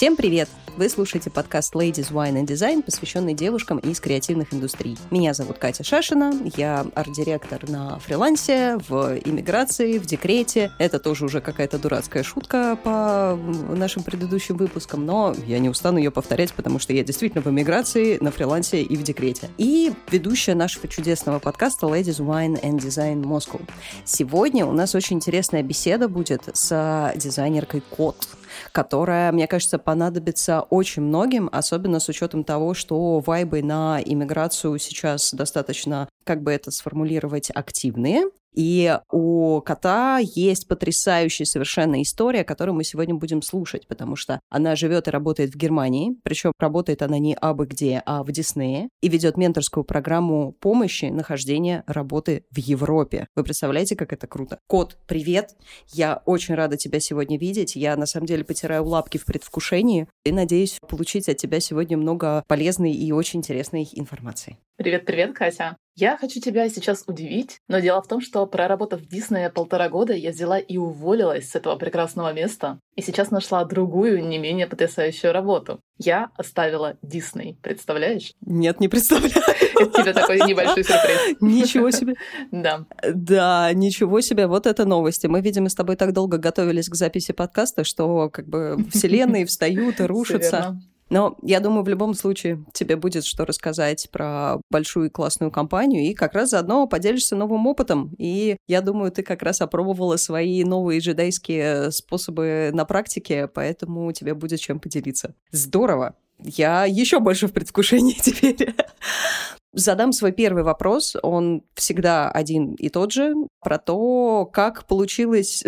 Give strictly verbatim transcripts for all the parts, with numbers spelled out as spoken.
Всем привет! Вы слушаете подкаст Ladies Wine and Design, посвященный девушкам из креативных индустрий. Меня зовут Катя Шашина, я арт-директор на фрилансе, в иммиграции, в декрете. Это тоже уже какая-то дурацкая шутка по нашим предыдущим выпускам, но я не устану ее повторять, потому что я действительно в иммиграции, на фрилансе и в декрете. И ведущая нашего чудесного подкаста Ladies Wine and Design Moscow. Сегодня у нас очень интересная беседа будет с дизайнеркой Кот, которая, мне кажется, понадобится очень многим, особенно с учетом того, что вайбы на иммиграцию сейчас достаточно, как бы это сформулировать, активные. И у Кота есть потрясающая совершенно история, которую мы сегодня будем слушать, потому что она живет и работает в Германии, причем работает она не абы где, а в Диснее, и ведет менторскую программу помощи нахождения работы в Европе. Вы представляете, как это круто? Кот, привет! Я очень рада тебя сегодня видеть. Я, на самом деле, потираю лапки в предвкушении и надеюсь получить от тебя сегодня много полезной и очень интересной информации. Привет-привет, Катя. Я хочу тебя сейчас удивить, но дело в том, что проработав в Диснее полтора года, я взяла и уволилась с этого прекрасного места, и сейчас нашла другую, не менее потрясающую работу. Я оставила Дисней, представляешь? Нет, не представляю. Это тебе такой небольшой сюрприз. Ничего себе. Да. Да, ничего себе. Вот это новости. Мы, видимо, с тобой так долго готовились к записи подкаста, что как бы вселенные встают и рушатся. Но я думаю, в любом случае тебе будет что рассказать про большую и классную компанию, и как раз заодно поделишься новым опытом. И я думаю, ты как раз опробовала свои новые джедайские способы на практике, поэтому тебе будет чем поделиться. Здорово! Я еще больше в предвкушении теперь. Задам свой первый вопрос, он всегда один и тот же, про то, как получилось,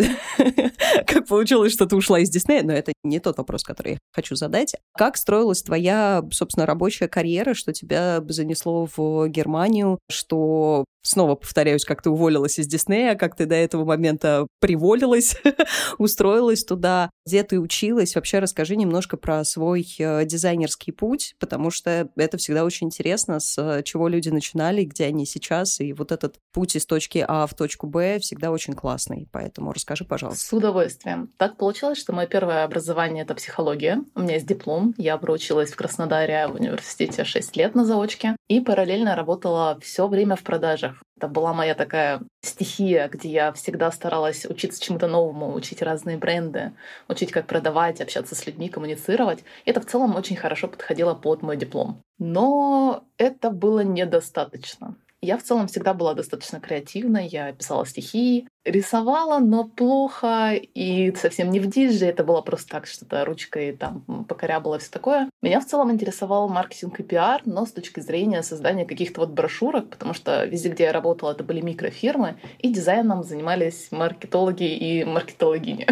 как получилось, что ты ушла из Диснея, но это не тот вопрос, который я хочу задать. Как строилась твоя, собственно, рабочая карьера, что тебя занесло в Германию, что, снова повторяюсь, как ты уволилась из Диснея, как ты до этого момента приволилась, устроилась туда, где ты училась. Вообще расскажи немножко про свой дизайнерский путь, потому что это всегда очень интересно, с чего люди начинали, где они сейчас, и вот этот путь из точки А в точку Б всегда очень классный, поэтому расскажи, пожалуйста. С удовольствием. Так получилось, что мое первое образование — это психология. У меня есть диплом, я проучилась в Краснодаре в университете шесть лет на заочке и параллельно работала все время в продажах. Это была моя такая стихия, где я всегда старалась учиться чему-то новому, учить разные бренды, учить, как продавать, общаться с людьми, коммуницировать. И это в целом очень хорошо подходило под мой диплом. Но это было недостаточно. Я в целом всегда была достаточно креативной, я писала стихи, рисовала, но плохо и совсем не в диджей, это было просто так, что-то ручкой там покорябало, все такое. Меня в целом интересовал маркетинг и пиар, но с точки зрения создания каких-то вот брошюрок, потому что везде, где я работала, это были микрофирмы, и дизайном занимались маркетологи и маркетологини.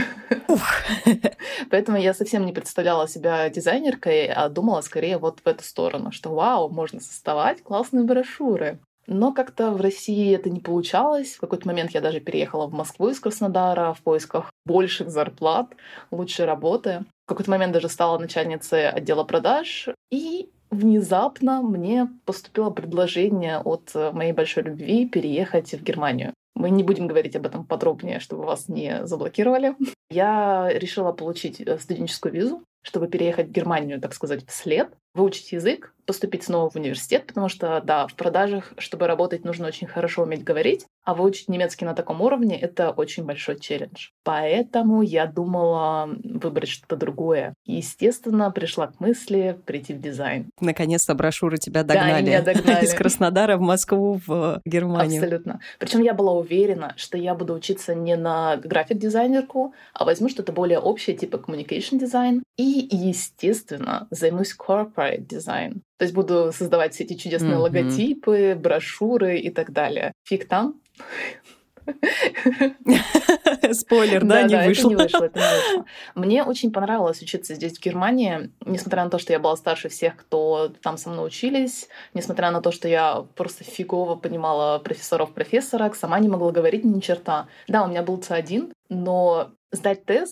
Поэтому я совсем не представляла себя дизайнеркой, а думала скорее вот в эту сторону, что вау, можно создавать классные брошюры. Но как-то в России это не получалось. В какой-то момент я даже переехала в Москву из Краснодара в поисках больших зарплат, лучшей работы. В какой-то момент даже стала начальницей отдела продаж. И внезапно мне поступило предложение от моей большой любви переехать в Германию. Мы не будем говорить об этом подробнее, чтобы вас не заблокировали. Я решила получить студенческую визу, чтобы переехать в Германию, так сказать, вслед, выучить язык, поступить снова в университет, потому что, да, в продажах, чтобы работать, нужно очень хорошо уметь говорить, а выучить немецкий на таком уровне — это очень большой челлендж. Поэтому я думала выбрать что-то другое. И, естественно, пришла к мысли прийти в дизайн. Наконец-то брошюры тебя догнали. Да, меня догнали. Из Краснодара в Москву, в Германию. Абсолютно. Причем я была уверена, что я буду учиться не на график-дизайнерку, а возьму что-то более общее, типа communication design. И, естественно, займусь corporate design. То есть буду создавать все эти чудесные mm-hmm. логотипы, брошюры и так далее. Фиг там. Спойлер, да, не вышло. это не вышло, это не вышло. Мне очень понравилось учиться здесь, в Германии, несмотря на то, что я была старше всех, кто там со мной учились, несмотря на то, что я просто фигово понимала профессоров-профессорок, сама не могла говорить ни черта. Да, у меня был Ц один, но сдать тест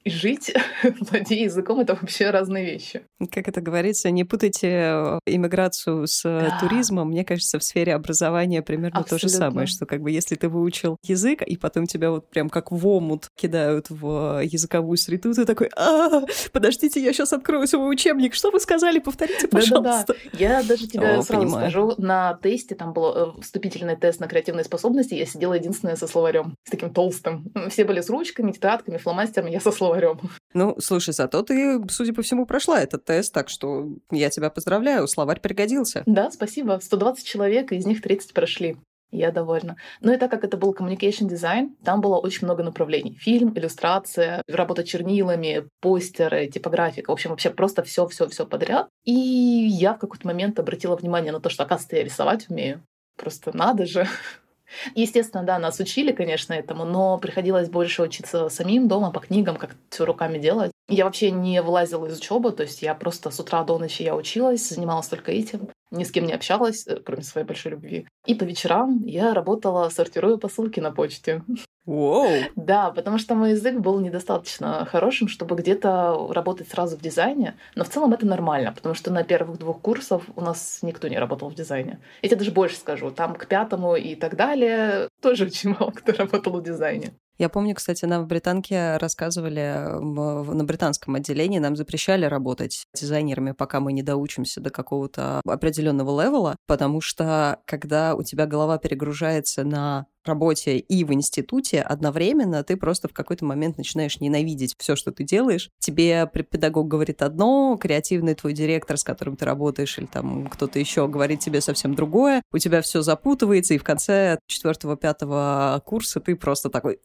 и жить, владея языком, это вообще разные вещи. Как это говорится, не путайте иммиграцию с Да. туризмом. Мне кажется, в сфере образования примерно Абсолютно. то же самое, что как бы если ты выучил язык, и потом тебя вот прям как в омут кидают в языковую среду, ты такой: а, подождите, я сейчас открою свой учебник, что вы сказали, повторите, пожалуйста. Да-да-да. Я даже тебе О, сразу понимаю. скажу, на тесте, там был э, вступительный тест на креативные способности, я сидела единственная со словарем, с таким толстым. Все были с ручками, тетрадками, фломастерами, я со словарем. Ну, слушай, зато ты, судя по всему, прошла этот тест, так что я тебя поздравляю, словарь пригодился. Да, спасибо. сто двадцать человек, из них тридцать прошли. Я довольна. Но и так как это был communication design, там было очень много направлений. Фильм, иллюстрация, работа чернилами, постеры, типографика. В общем, вообще просто все, все, все подряд. И я в какой-то момент обратила внимание на то, что, оказывается, я рисовать умею. Просто надо же. Естественно, да, нас учили, конечно, этому, но приходилось больше учиться самим дома по книгам, как все руками делать. Я вообще не вылазила из учебы, то есть я просто с утра до ночи я училась, занималась только этим, ни с кем не общалась, кроме своей большой любви. И по вечерам я работала, сортируя посылки на почте. Воу! Да, потому что мой язык был недостаточно хорошим, чтобы где-то работать сразу в дизайне. Но в целом это нормально, потому что на первых двух курсах у нас никто не работал в дизайне. Я тебе даже больше скажу, там к пятому и так далее тоже очень мало кто работал в дизайне. Я помню, кстати, нам в британке рассказывали, в, на британском отделении нам запрещали работать дизайнерами, пока мы не доучимся до какого-то определенного левела, потому что когда у тебя голова перегружается на работе и в институте одновременно, ты просто в какой-то момент начинаешь ненавидеть все, что ты делаешь. Тебе педагог говорит одно, креативный твой директор, с которым ты работаешь, или там кто-то еще говорит тебе совсем другое, у тебя все запутывается, и в конце четвертого-пятого курса ты просто такой: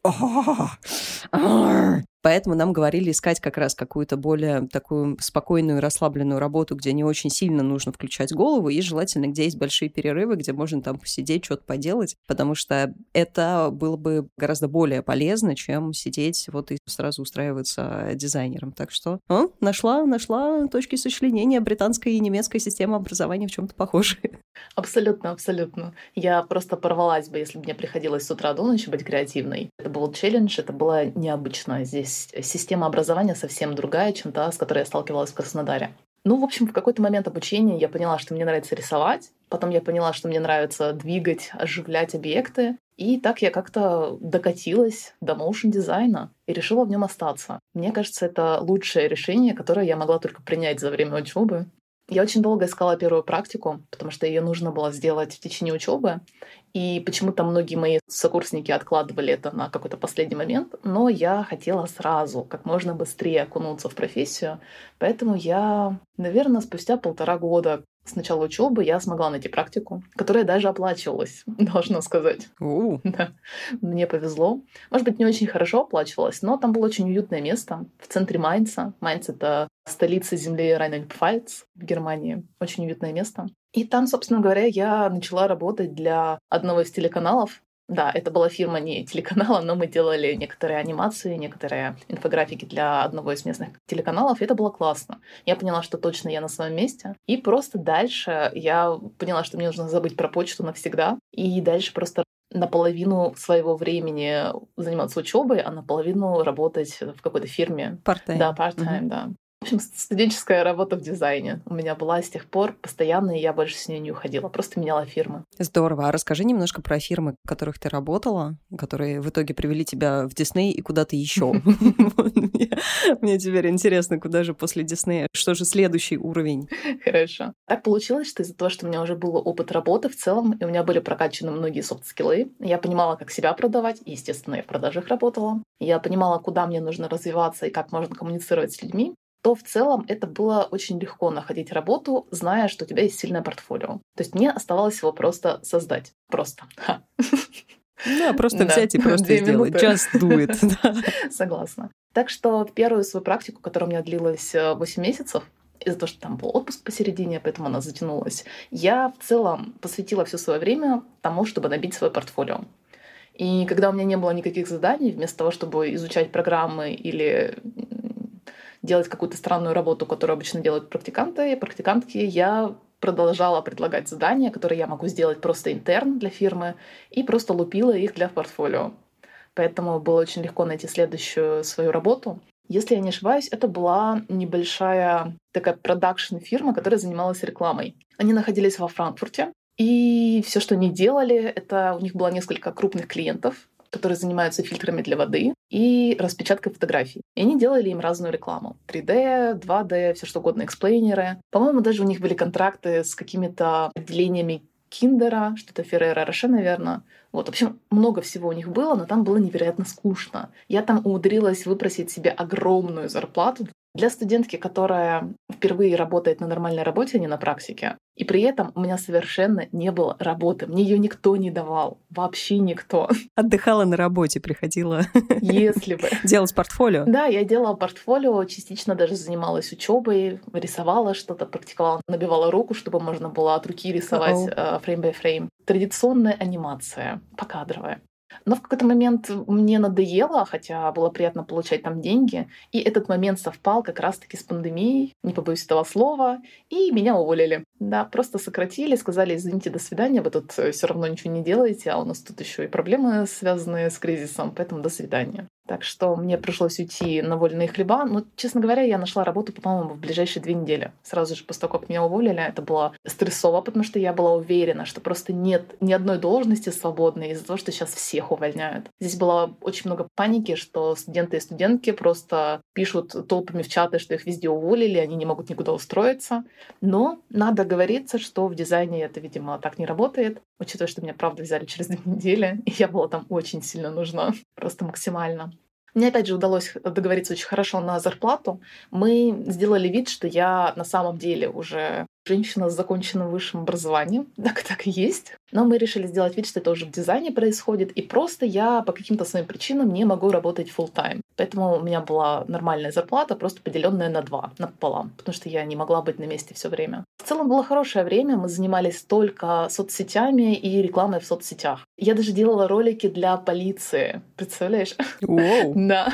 Поэтому нам говорили искать как раз какую-то более такую спокойную и расслабленную работу, где не очень сильно нужно включать голову, и желательно, где есть большие перерывы, где можно там посидеть, что-то поделать, потому что это было бы гораздо более полезно, чем сидеть вот и сразу устраиваться дизайнером. Так что о, нашла, нашла точки сочленения. Британская и немецкая система образования в чем-то похожи. Абсолютно, абсолютно. Я просто порвалась бы, если бы мне приходилось с утра до ночи быть креативной. Это был челлендж, это было необычно. Здесь система образования совсем другая, чем та, с которой я сталкивалась в Краснодаре. Ну, в общем, в какой-то момент обучения я поняла, что мне нравится рисовать. Потом я поняла, что мне нравится двигать, оживлять объекты. И так я как-то докатилась до моушн-дизайна и решила в нем остаться. Мне кажется, это лучшее решение, которое я могла только принять за время учебы. Я очень долго искала первую практику, потому что ее нужно было сделать в течение учебы. И почему-то многие мои сокурсники откладывали это на какой-то последний момент, но я хотела сразу, как можно быстрее окунуться в профессию. Поэтому я, наверное, спустя полтора года с начала учебы я смогла найти практику, которая даже оплачивалась, должна сказать. У. Да. Мне повезло. Может быть, не очень хорошо оплачивалась, но там было очень уютное место в центре Майнца. Майнц — это столица земли Райнланд-Пфальц в Германии. Очень уютное место. И там, собственно говоря, я начала работать для одного из телеканалов. Да, это была фирма не телеканала, но мы делали некоторые анимации, некоторые инфографики для одного из местных телеканалов, и это было классно. Я поняла, что точно я на своем месте. И просто дальше я поняла, что мне нужно забыть про почту навсегда, и дальше просто наполовину своего времени заниматься учебой, а наполовину работать в какой-то фирме. Part-time. Да, part-time, mm-hmm. да. В общем, студенческая работа в дизайне у меня была с тех пор постоянно, и я больше с ней не уходила, просто меняла фирмы. Здорово. А расскажи немножко про фирмы, в которых ты работала, которые в итоге привели тебя в Дисней и куда-то еще. Мне теперь интересно, куда же после Диснея, что же следующий уровень? Хорошо. Так получилось, что из-за того, что у меня уже был опыт работы в целом, и у меня были прокачаны многие софт-скиллы, я понимала, как себя продавать, и, естественно, я в продажах работала. Я понимала, куда мне нужно развиваться и как можно коммуницировать с людьми, то в целом это было очень легко находить работу, зная, что у тебя есть сильное портфолио. То есть мне оставалось его просто создать. Просто. Да, просто взять и просто сделать. Just do it. Согласна. Так что первую свою практику, которая у меня длилась восемь месяцев, из-за того, что там был отпуск посередине, поэтому она затянулась, я в целом посвятила все свое время тому, чтобы набить свое портфолио. И когда у меня не было никаких заданий, вместо того, чтобы изучать программы или делать какую-то странную работу, которую обычно делают практиканты и практикантки, я продолжала предлагать задания, которые я могу сделать просто интерн для фирмы, и просто лупила их для портфолио. Поэтому было очень легко найти следующую свою работу. Если я не ошибаюсь, это была небольшая такая продакшн-фирма, которая занималась рекламой. Они находились во Франкфурте, и все, что они делали, это у них было несколько крупных клиентов, которые занимаются фильтрами для воды и распечаткой фотографий. И они делали им разную рекламу. три дэ, два дэ, все что угодно, эксплейнеры. По-моему, даже у них были контракты с какими-то отделениями Киндера, что-то Феррера Роше, наверное. Вот, в общем, много всего у них было, но там было невероятно скучно. Я там умудрилась выпросить себе огромную зарплату для студентки, которая впервые работает на нормальной работе, а не на практике. И при этом у меня совершенно не было работы. Мне ее никто не давал. Вообще никто. Отдыхала на работе, приходила. Если бы. Делать портфолио. Да, я делала портфолио, частично даже занималась учебой, рисовала что-то, практиковала, набивала руку, чтобы можно было от руки рисовать фрейм by фрейм. Традиционная анимация, покадровая. Но в какой-то момент мне надоело, хотя было приятно получать там деньги, и этот момент совпал как раз-таки с пандемией, не побоюсь этого слова, и меня уволили. Да, просто сократили, сказали: извините, до свидания, вы тут все равно ничего не делаете, а у нас тут еще и проблемы, связанные с кризисом, поэтому до свидания. Так что мне пришлось уйти на вольные хлеба. Но, честно говоря, я нашла работу, по-моему, в ближайшие две недели. Сразу же после того, как меня уволили, это было стрессово, потому что я была уверена, что просто нет ни одной должности свободной из-за того, что сейчас всех увольняют. Здесь было очень много паники, что студенты и студентки просто пишут толпами в чаты, что их везде уволили, они не могут никуда устроиться. Но надо говориться, что в дизайне это, видимо, так не работает, учитывая, что меня, правда, взяли через две недели, и я была там очень сильно нужна, просто максимально. Мне, опять же, удалось договориться очень хорошо на зарплату. Мы сделали вид, что я на самом деле уже женщина с законченным высшим образованием. Так, так и есть. Но мы решили сделать вид, что это уже в дизайне происходит. И просто я по каким-то своим причинам не могу работать full-time. Поэтому у меня была нормальная зарплата, просто поделенная на два, напополам. Потому что я не могла быть на месте все время. В целом было хорошее время. Мы занимались только соцсетями и рекламой в соцсетях. Я даже делала ролики для полиции. Представляешь? Wow. Да.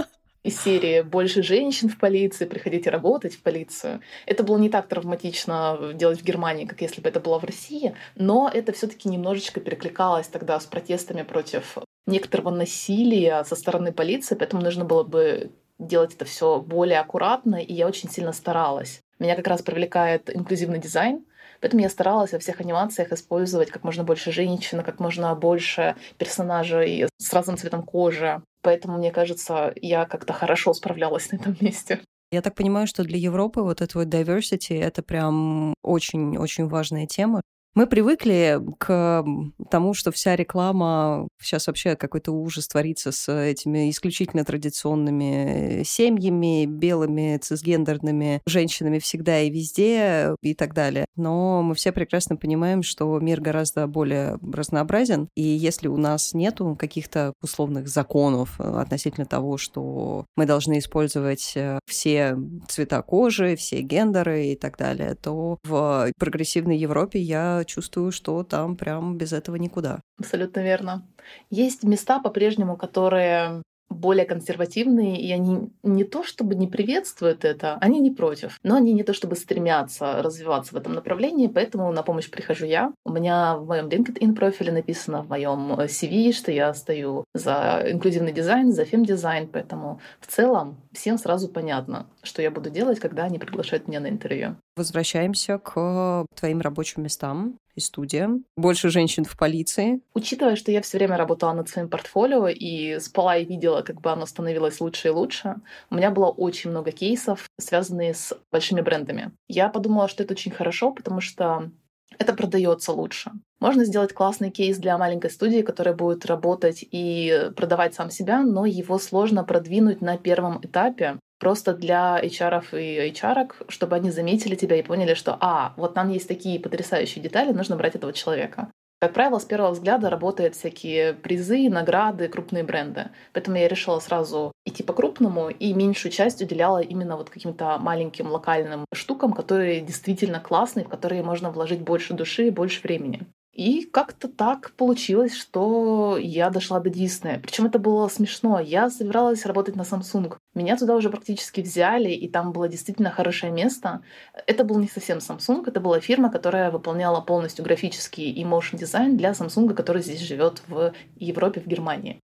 Из серии «Больше женщин в полиции, приходите работать в полицию». Это было не так травматично делать в Германии, как если бы это было в России, но это все-таки немножечко перекликалось тогда с протестами против некоторого насилия со стороны полиции, поэтому нужно было бы делать это все более аккуратно, и я очень сильно старалась. Меня как раз привлекает инклюзивный дизайн, поэтому я старалась во всех анимациях использовать как можно больше женщин, как можно больше персонажей с разным цветом кожи. Поэтому, мне кажется, я как-то хорошо справлялась на этом месте. Я так понимаю, что для Европы вот это вот diversity — это прям очень-очень важная тема. Мы привыкли к тому, что вся реклама, сейчас вообще какой-то ужас творится с этими исключительно традиционными семьями, белыми, цисгендерными женщинами всегда и везде и так далее. Но мы все прекрасно понимаем, что мир гораздо более разнообразен, и если у нас нету каких-то условных законов относительно того, что мы должны использовать все цвета кожи, все гендеры и так далее, то в прогрессивной Европе я чувствую, что там прям без этого никуда. Абсолютно верно. Есть места по-прежнему, которые более консервативные, и они не то чтобы не приветствуют это, они не против, но они не то чтобы стремятся развиваться в этом направлении, поэтому на помощь прихожу я. У меня в моем LinkedIn профиле написано, в моем си ви, что я стою за инклюзивный дизайн, за фем-дизайн, поэтому в целом всем сразу понятно, что я буду делать, когда они приглашают меня на интервью. Возвращаемся к твоим рабочим местам и студиям. Больше женщин в полиции. Учитывая, что я все время работала над своим портфолио и спала и видела, как бы оно становилось лучше и лучше, у меня было очень много кейсов, связанных с большими брендами. Я подумала, что это очень хорошо, потому что это продается лучше. Можно сделать классный кейс для маленькой студии, которая будет работать и продавать сам себя, но его сложно продвинуть на первом этапе, просто для эйч ар-ов и эйч ар-ок, чтобы они заметили тебя и поняли, что «а, вот там есть такие потрясающие детали, нужно брать этого человека». Как правило, с первого взгляда работают всякие призы, награды, крупные бренды. Поэтому я решила сразу идти по-крупному и меньшую часть уделяла именно вот каким-то маленьким локальным штукам, которые действительно классные, в которые можно вложить больше души и больше времени. И как-то так получилось, что я дошла до Disney. Причем это было смешно. Я собиралась работать на Samsung. Меня туда уже практически взяли, и там было действительно хорошее место. Это был не совсем Samsung, это была фирма, которая выполняла полностью графический и motion дизайн для Samsung, который здесь живет в Европе, в Германии.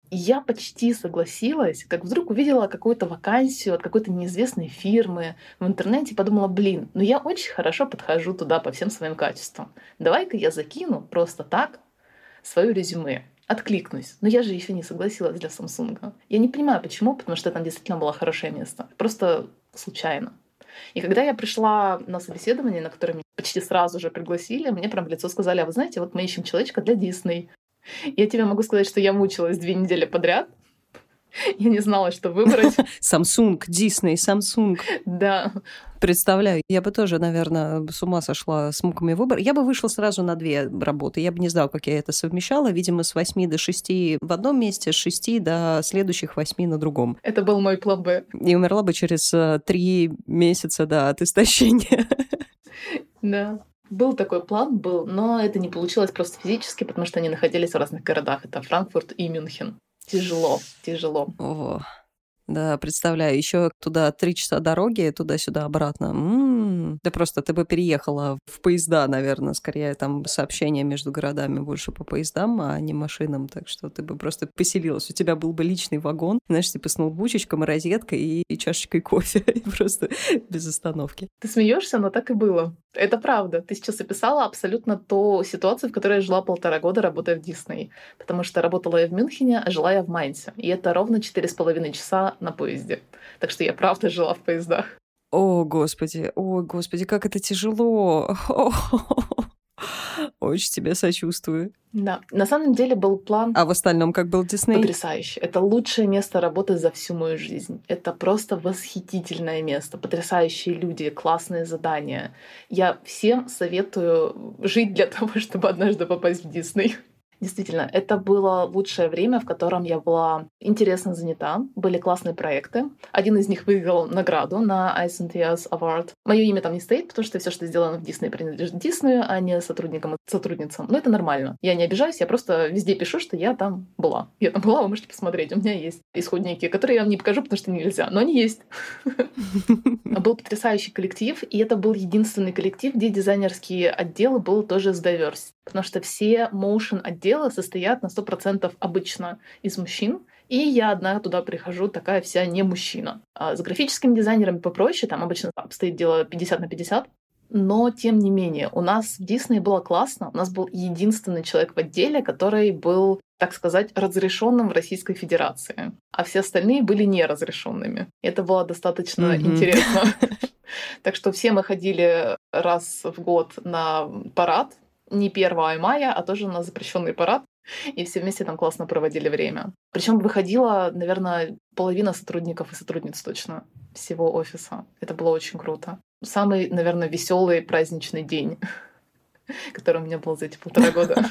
И я почти согласилась, как вдруг увидела какую-то вакансию от какой-то неизвестной фирмы в интернете и подумала, блин, ну я очень хорошо подхожу туда по всем своим качествам. Давай-ка я закину просто так свое резюме. Откликнусь. Но я же еще не согласилась для Samsung. Я не понимаю, почему, потому что там действительно было хорошее место. Просто случайно. И когда я пришла на собеседование, на которое меня почти сразу же пригласили, мне прям в лицо сказали, а вы знаете, вот мы ищем человечка для Disney. Я тебе могу сказать, что я мучилась две недели подряд. Я не знала, что выбрать. Samsung, Disney, Samsung. Да. Представляю, я бы тоже, наверное, с ума сошла с муками выбора. Я бы вышла сразу на две работы. Я бы не знала, как я это совмещала. Видимо, с восьми до шести в одном месте, с шести до следующих восьми на другом. Это был мой план Б. И умерла бы через три месяца, да, от истощения. Да. Был такой план, был, но это не получилось просто физически, потому что они находились в разных городах. Это Франкфурт и Мюнхен. Тяжело, тяжело. О, да, представляю. Еще туда три часа дороги, туда-сюда, обратно. М-м-м. Да просто ты бы переехала в поезда, наверное, скорее там сообщения между городами больше по поездам, а не машинам. Так что ты бы просто поселилась. У тебя был бы личный вагон, знаешь, типа с ноутбучечком и розеткой и, и чашечкой кофе. И просто без остановки. Ты смеешься, но так и было. Это правда. Ты сейчас описала абсолютно ту ситуацию, в которой я жила полтора года, работая в Дисней. Потому что работала я в Мюнхене, а жила я в Майнце. И это ровно четыре с половиной часа на поезде. Так что я правда жила в поездах. О, Господи, о, Господи, как это тяжело. Очень тебе сочувствую. Да, на самом деле был план... А в остальном как был Дисней? Потрясающе. Это лучшее место работы за всю мою жизнь. Это просто восхитительное место. Потрясающие люди, классные задания. Я всем советую жить для того, чтобы однажды попасть в Дисней. Действительно, это было лучшее время, в котором я была интересно занята. Были классные проекты. Один из них выиграл награду на Eyes and Ears Award. Мое имя там не стоит, потому что все, что сделано в Дисней, принадлежит Диснею, а не сотрудникам и сотрудницам. Но это нормально. Я не обижаюсь, я просто везде пишу, что я там была. Я там была, вы можете посмотреть. У меня есть исходники, которые я вам не покажу, потому что нельзя, но они есть. Был потрясающий коллектив, и это был единственный коллектив, где дизайнерские отделы был тоже с diversity. Потому что все motion отделы состоят на сто процентов обычно из мужчин, и я одна туда прихожу, такая вся не мужчина. А с графическими дизайнерами попроще, там обычно обстоит дело пятьдесят на пятьдесят. Но, тем не менее, у нас в Дисней было классно. У нас был единственный человек в отделе, который был, так сказать, разрешенным в Российской Федерации. А все остальные были неразрешенными. Это было достаточно mm-hmm. интересно. Так что все мы ходили раз в год на парад. Не первого мая, а тоже на запрещенный парад. И все вместе там классно проводили время. Причем выходила, наверное, половина сотрудников и сотрудниц точно всего офиса. Это было очень круто. Самый, наверное, веселый праздничный день, который у меня был за эти полтора года.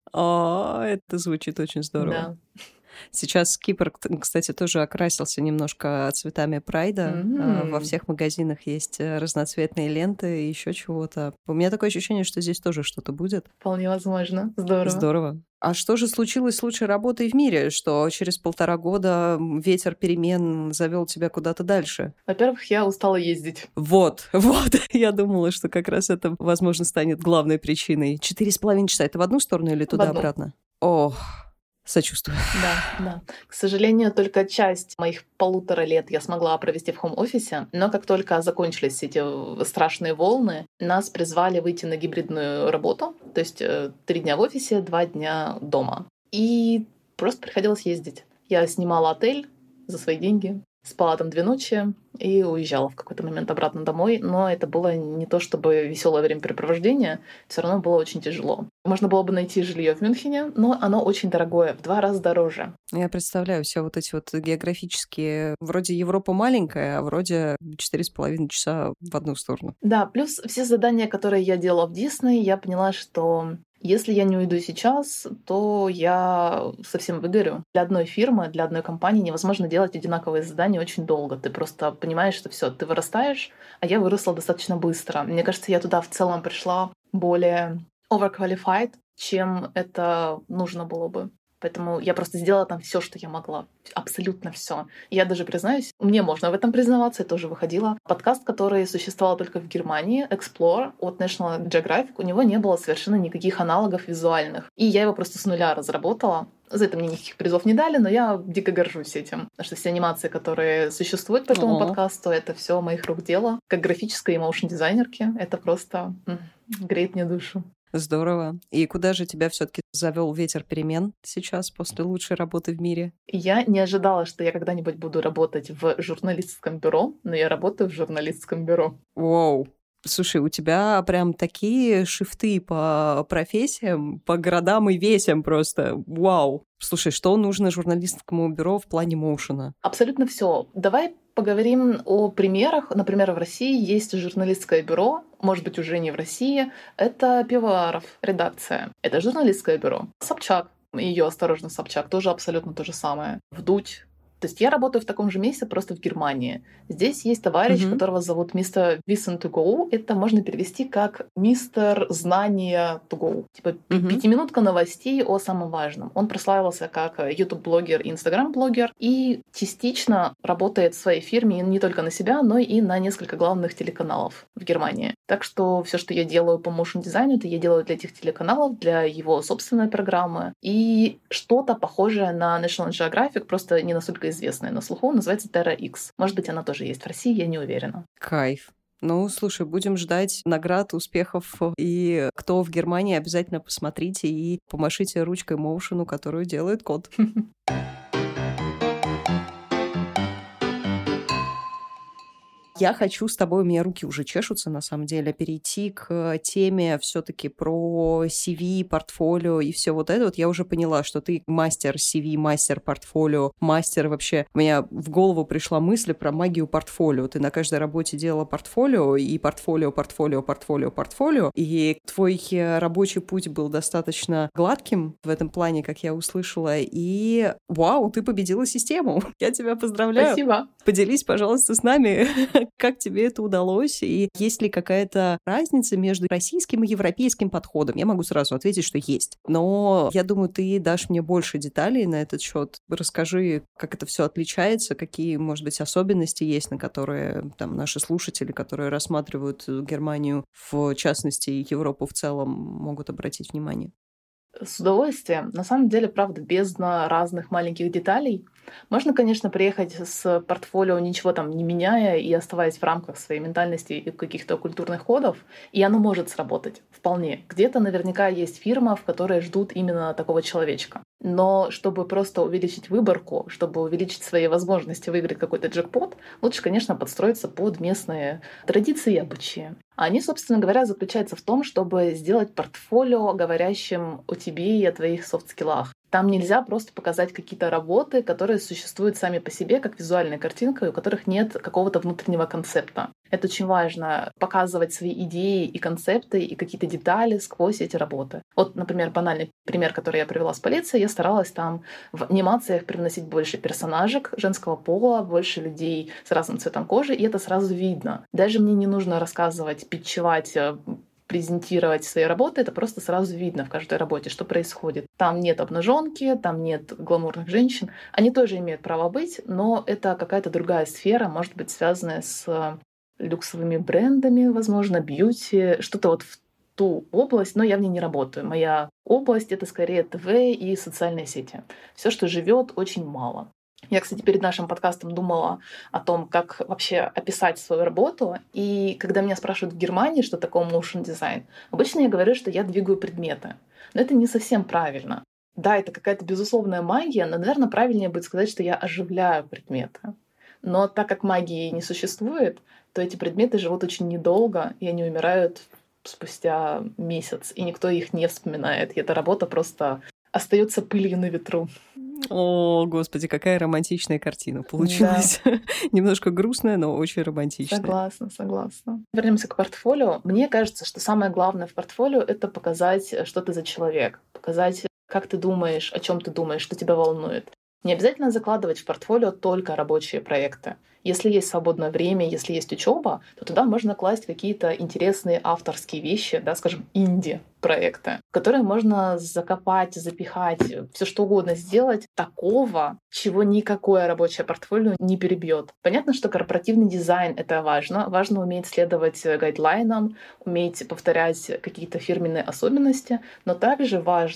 О, это звучит очень здорово. Да. Сейчас Кипр, кстати, тоже окрасился немножко цветами прайда. Mm-hmm. Во всех магазинах есть разноцветные ленты и еще чего-то. У меня такое ощущение, что здесь тоже что-то будет. Вполне возможно. Здорово. Здорово. А что же случилось с лучшей работой в мире, что через полтора года ветер перемен завел тебя куда-то дальше? Во-первых, я устала ездить. Вот, вот. Я думала, что как раз это, возможно, станет главной причиной. Четыре с половиной часа. Это в одну сторону или туда-обратно? Ох. Сочувствую. Да, да. К сожалению, только часть моих полутора лет я смогла провести в хоум-офисе, но как только закончились эти страшные волны, нас призвали выйти на гибридную работу, то есть три дня в офисе, два дня дома. И просто приходилось ездить. Я снимала отель за свои деньги, спала там две ночи и уезжала в какой-то момент обратно домой. Но это было не то чтобы веселое времяпрепровождение, все равно было очень тяжело. Можно было бы найти жилье в Мюнхене, но оно очень дорогое, в два раза дороже. Я представляю все вот эти вот географические... Вроде Европа маленькая, а вроде четыре с половиной часа в одну сторону. Да, плюс все задания, которые я делала в Дисней, я поняла, что если я не уйду сейчас, то я совсем выгорю. Для одной фирмы, для одной компании невозможно делать одинаковые задания очень долго. Ты просто понимаешь, что все, ты вырастаешь, а я выросла достаточно быстро. Мне кажется, я туда в целом пришла более overqualified, чем это нужно было бы. Поэтому я просто сделала там все, что я могла. Абсолютно все. Я даже признаюсь, мне можно в этом признаваться, я тоже выходила. Подкаст, который существовал только в Германии, Explore от National Geographic, у него не было совершенно никаких аналогов визуальных. И я его просто с нуля разработала. За это мне никаких призов не дали, но я дико горжусь этим. Потому что все анимации, которые существуют по этому О. подкасту, это все моих рук дело. Как графической и моушн-дизайнерки, это просто м, греет мне душу. Здорово. И куда же тебя все-таки завел ветер перемен сейчас после лучшей работы в мире? Я не ожидала, что я когда-нибудь буду работать в журналистском бюро, но я работаю в журналистском бюро. Воу. Слушай, у тебя прям такие шифты по профессиям, по городам и весям просто. Вау. Слушай, что нужно журналистскому бюро в плане моушена? Абсолютно все. Давай поговорим о примерах. Например, в России есть журналистское бюро, может быть, уже не в России. Это Пивоваров, редакция. Это журналистское бюро. Собчак, ее осторожно, Собчак, тоже абсолютно то же самое. Вдудь. То есть я работаю в таком же месте, просто в Германии. Здесь есть товарищ, Мгм. которого зовут мистер Wissen to go. Это можно перевести как мистер Знания to go. Типа пи- Мгм. пятиминутка новостей о самом важном. Он прославился как YouTube-блогер и Instagram-блогер и частично работает в своей фирме не только на себя, но и на несколько главных телеканалов в Германии. Так что все, что я делаю по моушн-дизайну, это я делаю для этих телеканалов, для его собственной программы. И что-то похожее на National Geographic, просто не настолько известная на слуху, называется Terra X. Может быть, она тоже есть в России, я не уверена. Кайф. Ну, слушай, будем ждать наград, успехов. И кто в Германии, обязательно посмотрите и помашите ручкой моушену, которую делает кот. Я хочу с тобой, у меня руки уже чешутся, на самом деле, перейти к теме все-таки про си ви, портфолио и все вот это. Вот я уже поняла, что ты мастер си ви, мастер портфолио, мастер вообще. У меня в голову пришла мысль про магию портфолио. Ты на каждой работе делала портфолио, и портфолио, портфолио, портфолио, портфолио. И твой рабочий путь был достаточно гладким в этом плане, как я услышала. И вау, ты победила систему. Я тебя поздравляю. Спасибо. Поделись, пожалуйста, с нами, как тебе это удалось, и есть ли какая-то разница между российским и европейским подходом. Я могу сразу ответить, что есть. Но я думаю, ты дашь мне больше деталей на этот счет. Расскажи, как это все отличается, какие, может быть, особенности есть, на которые там наши слушатели, которые рассматривают Германию, в частности, и Европу в целом, могут обратить внимание. С удовольствием. На самом деле, правда, бездна разных маленьких деталей. Можно, конечно, приехать с портфолио, ничего там не меняя и оставаясь в рамках своей ментальности и каких-то культурных кодов, и оно может сработать вполне. Где-то наверняка есть фирма, в которой ждут именно такого человечка. Но чтобы просто увеличить выборку, чтобы увеличить свои возможности выиграть какой-то джекпот, лучше, конечно, подстроиться под местные традиции и обычаи. А они, собственно говоря, заключаются в том, чтобы сделать портфолио, говорящим о тебе и о твоих софт-скиллах. Там нельзя просто показать какие-то работы, которые существуют сами по себе, как визуальная картинка, у которых нет какого-то внутреннего концепта. Это очень важно — показывать свои идеи и концепты и какие-то детали сквозь эти работы. Вот, например, банальный пример, который я привела с полицией, я старалась там в анимациях привносить больше персонажек женского пола, больше людей с разным цветом кожи, и это сразу видно. Даже мне не нужно рассказывать, питчевать, презентировать свои работы, это просто сразу видно в каждой работе, что происходит. Там нет обнаженки, там нет гламурных женщин. Они тоже имеют право быть, но это какая-то другая сфера, может быть, связанная с люксовыми брендами, возможно, бьюти, что-то вот в ту область, но я в ней не работаю. Моя область — это скорее ТВ и социальные сети. Все, что живет, очень мало. Я, кстати, перед нашим подкастом думала о том, как вообще описать свою работу. И когда меня спрашивают в Германии, что такое motion design, обычно я говорю, что я двигаю предметы. Но это не совсем правильно. Да, это какая-то безусловная магия, но, наверное, правильнее будет сказать, что я оживляю предметы. Но так как магии не существует, то эти предметы живут очень недолго, и они умирают спустя месяц, и никто их не вспоминает. И эта работа просто остается пылью на ветру. О, господи, какая романтичная картина получилась. Да. Немножко грустная, но очень романтичная. Согласна, согласна. Вернемся к портфолио. Мне кажется, что самое главное в портфолио — это показать, что ты за человек, показать, как ты думаешь, о чем ты думаешь, что тебя волнует. Не обязательно закладывать в портфолио только рабочие проекты. Если есть свободное время, если есть учеба, то туда можно класть какие-то интересные авторские вещи, да, скажем, инди-проекты, в которые можно закопать, запихать, все что угодно сделать такого, чего никакое рабочее портфолио не перебьет. Понятно, что корпоративный дизайн — это важно. Важно уметь следовать гайдлайнам, уметь повторять какие-то фирменные особенности, но также важно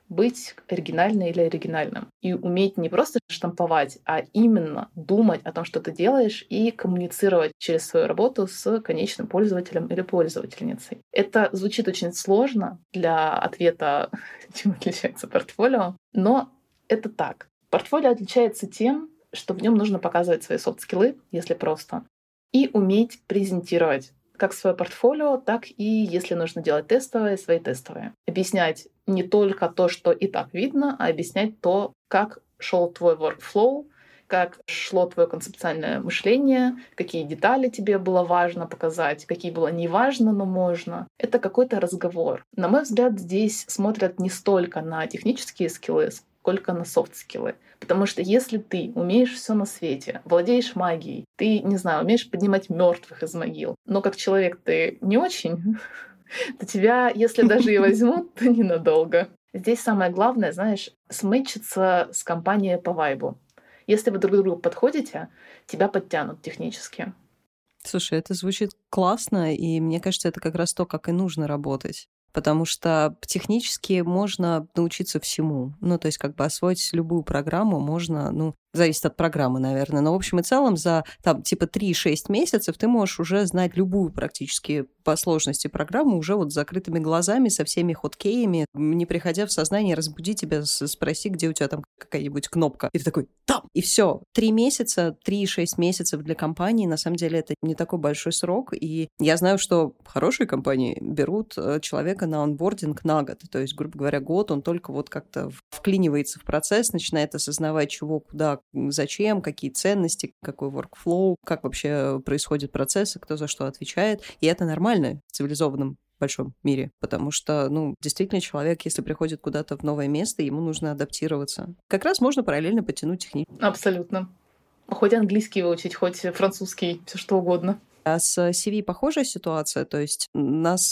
быть оригинальной или оригинальным. И уметь не просто штамповать, а именно думать о том, что ты делаешь, и коммуницировать через свою работу с конечным пользователем или пользовательницей. Это звучит очень сложно для ответа, чем отличается портфолио, но это так. Портфолио отличается тем, что в нем нужно показывать свои софт-скиллы, если просто, и уметь презентировать как свое портфолио, так и, если нужно делать тестовые, свои тестовые. Объяснять не только то, что и так видно, а объяснять то, как шел твой workflow, как шло твое концептуальное мышление, какие детали тебе было важно показать, какие было не важно, но можно. Это какой-то разговор. На мой взгляд, здесь смотрят не столько на технические скиллы, сколько на софт-скиллы. Потому что если ты умеешь все на свете, владеешь магией, ты, не знаю, умеешь поднимать мертвых из могил, но как человек ты не очень, то тебя, если даже и возьмут, то ненадолго. Здесь самое главное, знаешь, сметчиться с компанией по вайбу. Если вы друг другу подходите, тебя подтянут технически. Слушай, это звучит классно, и мне кажется, это как раз то, как и нужно работать. Потому что технически можно научиться всему. Ну, то есть как бы освоить любую программу можно, ну, зависит от программы, наверное. Но в общем и целом за там типа три-шесть месяцев ты можешь уже знать любую практически по сложности программу уже вот с закрытыми глазами, со всеми хоткеями, не приходя в сознание, разбуди тебя, спроси, где у тебя там какая-нибудь кнопка. И ты такой «там!» И все. Три месяца, три-шесть месяцев для компании, на самом деле, это не такой большой срок. И я знаю, что хорошие компании берут человека на онбординг на год. То есть, грубо говоря, год он только вот как-то вклинивается в процесс, начинает осознавать, чего, куда, зачем, какие ценности, какой workflow, как вообще происходят процессы, кто за что отвечает. И это нормально в цивилизованном большом мире, потому что, ну, действительно, человек, если приходит куда-то в новое место, ему нужно адаптироваться. Как раз можно параллельно подтянуть технику. Абсолютно. Хоть английский выучить, хоть французский, все что угодно. А с си ви похожая ситуация, то есть нас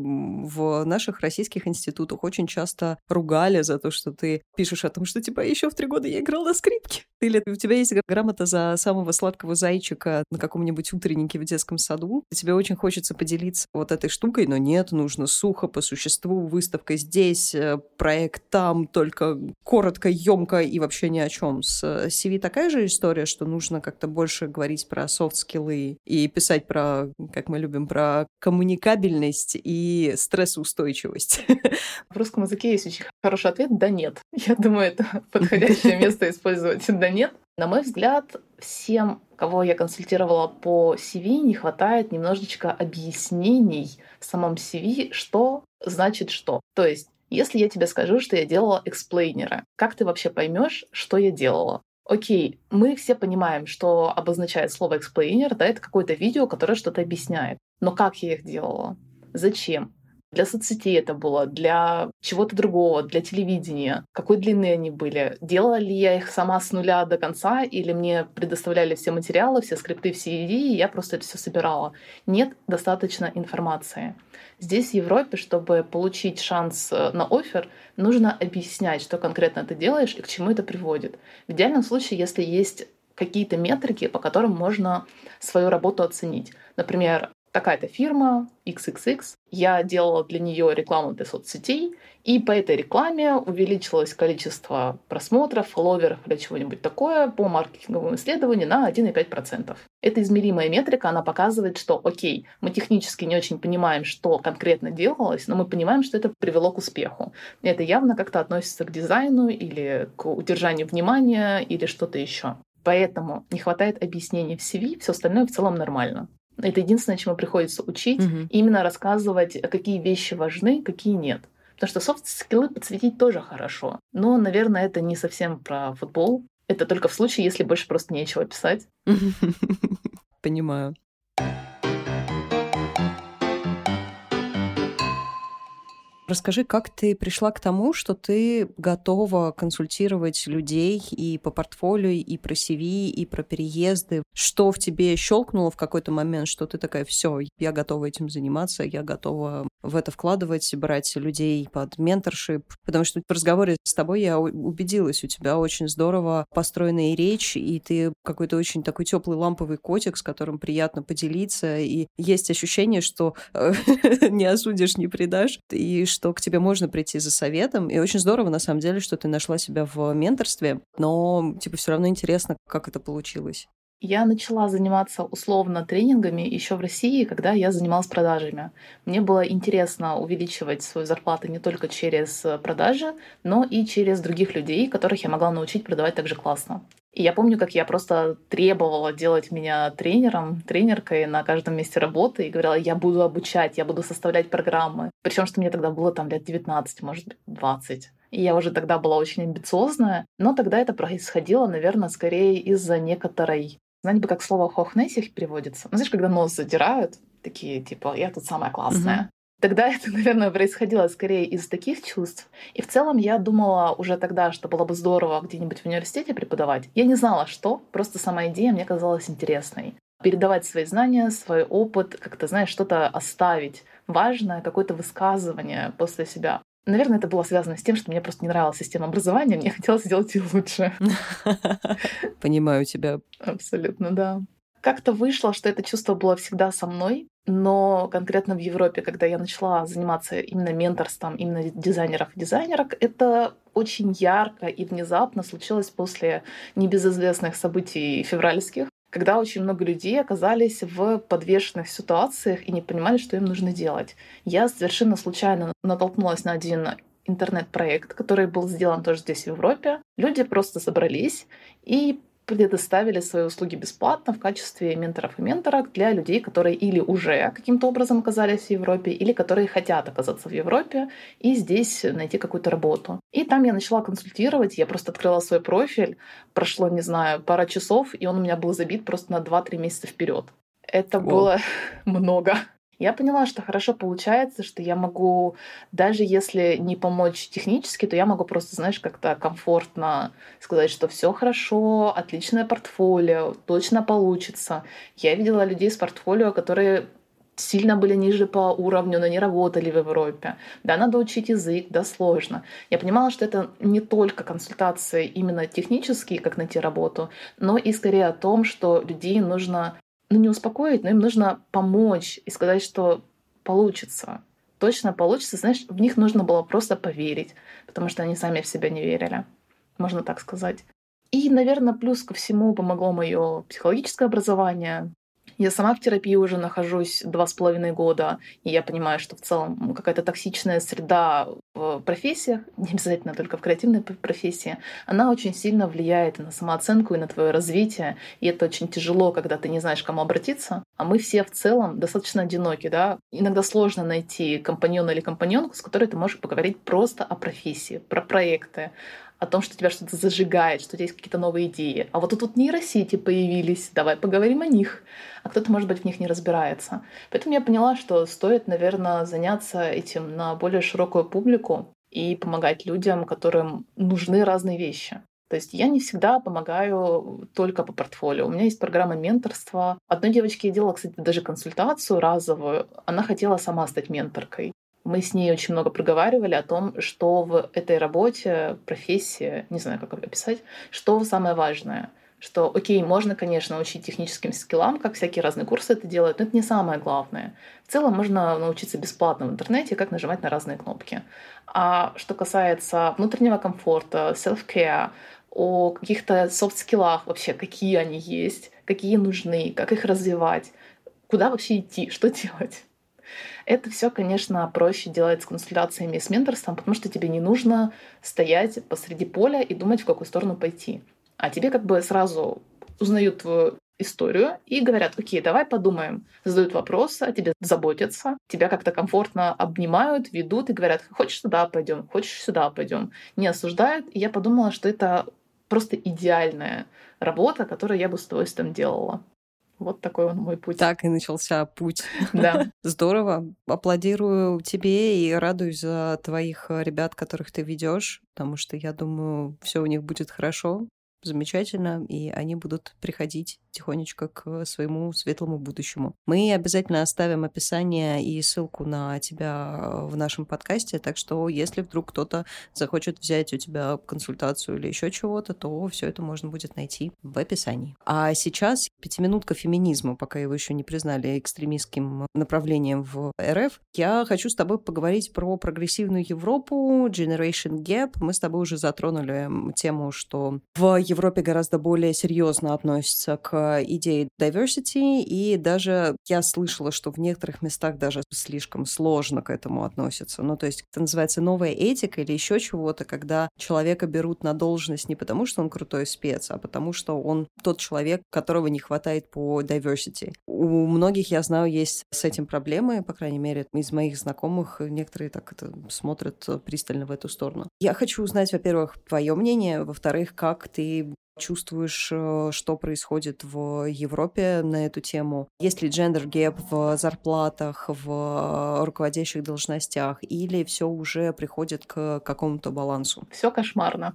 в наших российских институтах очень часто ругали за то, что ты пишешь о том, что типа еще в три года я играл на скрипке. Или у тебя есть грамота за самого сладкого зайчика на каком-нибудь утреннике в детском саду. Тебе очень хочется поделиться вот этой штукой, но нет, нужно сухо, по существу, выставка здесь, проект там, только коротко, емко и вообще ни о чем. С си ви такая же история, что нужно как-то больше говорить про софт-скиллы и писать про, как мы любим, про коммуникабельность и стрессоустойчивость. В русском языке есть очень хороший ответ «да нет». Я думаю, это подходящее место использовать «да нет». На мой взгляд, всем, кого я консультировала по си ви, не хватает немножечко объяснений в самом си ви, что значит что. То есть, если я тебе скажу, что я делала эксплейнеры, как ты вообще поймешь, что я делала? Окей, мы все понимаем, что обозначает слово explainer, да, это какое-то видео, которое что-то объясняет. Но как я их делала? Зачем? Для соцсетей это было, для чего-то другого, для телевидения. Какой длины они были? Делала ли я их сама с нуля до конца, или мне предоставляли все материалы, все скрипты, все идеи, и я просто это все собирала? Нет, достаточно информации. Здесь, в Европе, чтобы получить шанс на оффер, нужно объяснять, что конкретно ты делаешь и к чему это приводит. В идеальном случае, если есть какие-то метрики, по которым можно свою работу оценить. Например, такая-то фирма икс икс икс, я делала для нее рекламу для соцсетей, и по этой рекламе увеличилось количество просмотров, фолловеров или чего-нибудь такое по маркетинговому исследованию на один и пять десятых процента. Это измеримая метрика, она показывает, что окей, мы технически не очень понимаем, что конкретно делалось, но мы понимаем, что это привело к успеху. И это явно как-то относится к дизайну или к удержанию внимания или что-то еще. Поэтому не хватает объяснений в си ви, все остальное в целом нормально. Это единственное, чему приходится учить, mm-hmm. именно рассказывать, какие вещи важны, какие нет. Потому что софт-скиллы подсветить тоже хорошо. Но, наверное, это не совсем про футбол. Это только в случае, если больше просто нечего писать. Понимаю. Расскажи, как ты пришла к тому, что ты готова консультировать людей и по портфолио, и про си ви, и про переезды? Что в тебе щелкнуло в какой-то момент, что ты такая, все, я готова этим заниматься, я готова в это вкладывать, брать людей под менторшип? Потому что в разговоре с тобой я убедилась, у тебя очень здорово построенная речь, и ты какой-то очень такой теплый ламповый котик, с которым приятно поделиться, и есть ощущение, что не осудишь, не предашь, и что к тебе можно прийти за советом, и очень здорово, на самом деле, что ты нашла себя в менторстве, но, типа, все равно интересно, как это получилось. Я начала заниматься условно тренингами еще в России, когда я занималась продажами. Мне было интересно увеличивать свою зарплату не только через продажи, но и через других людей, которых я могла научить продавать так же классно. И я помню, как я просто требовала делать меня тренером, тренеркой на каждом месте работы и говорила, я буду обучать, я буду составлять программы. Причем, что мне тогда было там лет девятнадцать, может быть, двадцать. И я уже тогда была очень амбициозная, но тогда это происходило, наверное, скорее из-за некоторой... Знаете, как слово «хохнесих» переводится? Ну, знаешь, когда нос задирают, такие, типа, я тут самая классная. Mm-hmm. Тогда это, наверное, происходило скорее из таких чувств. И в целом я думала уже тогда, что было бы здорово где-нибудь в университете преподавать. Я не знала, что, просто сама идея мне казалась интересной. Передавать свои знания, свой опыт, как-то, знаешь, что-то оставить важное, какое-то высказывание после себя. Наверное, это было связано с тем, что мне просто не нравилась система образования, мне хотелось сделать ее лучше. Понимаю тебя. Абсолютно, да. Как-то вышло, что это чувство было всегда со мной, но конкретно в Европе, когда я начала заниматься именно менторством, именно дизайнеров и дизайнерок, это очень ярко и внезапно случилось после небезызвестных событий февральских, когда очень много людей оказались в подвешенных ситуациях и не понимали, что им нужно делать. Я совершенно случайно натолкнулась на один интернет-проект, который был сделан тоже здесь, в Европе. Люди просто собрались и предоставили свои услуги бесплатно в качестве менторов и менторок для людей, которые или уже каким-то образом оказались в Европе, или которые хотят оказаться в Европе и здесь найти какую-то работу. И там я начала консультировать, я просто открыла свой профиль, прошло, не знаю, пара часов, и он у меня был забит просто на два-три месяца вперед. Это О. было много. Я поняла, что хорошо получается, что я могу, даже если не помочь технически, то я могу просто, знаешь, как-то комфортно сказать, что все хорошо, отличное портфолио, точно получится. Я видела людей с портфолио, которые сильно были ниже по уровню, но не работали в Европе. Да, надо учить язык, да, сложно. Я понимала, что это не только консультации именно технические, как найти работу, но и скорее о том, что людей нужно ну, не успокоить, но им нужно помочь и сказать, что получится. Точно получится. Знаешь, в них нужно было просто поверить, потому что они сами в себя не верили. Можно так сказать. И, наверное, плюс ко всему помогло мое психологическое образование. Я сама в терапии уже нахожусь два с половиной года, и я понимаю, что в целом какая-то токсичная среда в профессиях, не обязательно только в креативной профессии, она очень сильно влияет на самооценку и на твое развитие, и это очень тяжело, когда ты не знаешь, к кому обратиться. А мы все в целом достаточно одиноки, да? Иногда сложно найти компаньона или компаньонку, с которой ты можешь поговорить просто о профессии, про проекты, о том, что тебя что-то зажигает, что у тебя есть какие-то новые идеи. А вот тут, тут нейросети появились, давай поговорим о них. А кто-то, может быть, в них не разбирается. Поэтому я поняла, что стоит, наверное, заняться этим на более широкую публику и помогать людям, которым нужны разные вещи. То есть я не всегда помогаю только по портфолио. У меня есть программа менторства. Одной девочке я делала, кстати, даже консультацию разовую. Она хотела сама стать менторкой. Мы с ней очень много проговаривали о том, что в этой работе, профессии, не знаю, как описать, что самое важное. Что, окей, можно, конечно, учить техническим скиллам, как всякие разные курсы это делают, но это не самое главное. В целом можно научиться бесплатно в интернете, как нажимать на разные кнопки. А что касается внутреннего комфорта, self-care, о каких-то софт-скиллах вообще, какие они есть, какие нужны, как их развивать, куда вообще идти, что делать. Это все, конечно, проще делать с консультациями и с менторством, потому что тебе не нужно стоять посреди поля и думать, в какую сторону пойти. А тебе как бы сразу узнают твою историю и говорят, окей, давай подумаем. Задают вопросы, о тебе заботятся, тебя как-то комфортно обнимают, ведут и говорят, хочешь туда пойдем, хочешь сюда пойдем. Не осуждают. И я подумала, что это просто идеальная работа, которую я бы с удовольствием делала. Вот такой он мой путь. Так и начался путь. Да. Здорово. Аплодирую тебе и радуюсь за твоих ребят, которых ты ведешь, потому что я думаю, все у них будет хорошо. замечательно, и они будут приходить тихонечко к своему светлому будущему. Мы обязательно оставим описание и ссылку на тебя в нашем подкасте, так что если вдруг кто-то захочет взять у тебя консультацию или еще чего-то, то все это можно будет найти в описании. А сейчас пятиминутка феминизма, пока его еще не признали экстремистским направлением в эр эф. Я хочу с тобой поговорить про прогрессивную Европу, Generation Gap. Мы с тобой уже затронули тему, что в Европе гораздо более серьезно относятся к идее diversity, и даже я слышала, что в некоторых местах даже слишком сложно к этому относятся. Ну, то есть это называется новая этика или еще чего-то, когда человека берут на должность не потому, что он крутой спец, а потому, что он тот человек, которого не хватает по diversity. У многих, я знаю, есть с этим проблемы, по крайней мере, из моих знакомых некоторые так это смотрят пристально в эту сторону. Я хочу узнать, во-первых, твое мнение, во-вторых, как ты чувствуешь, что происходит в Европе на эту тему? Есть ли gender gap в зарплатах, в руководящих должностях, или все уже приходит к какому-то балансу? Все кошмарно.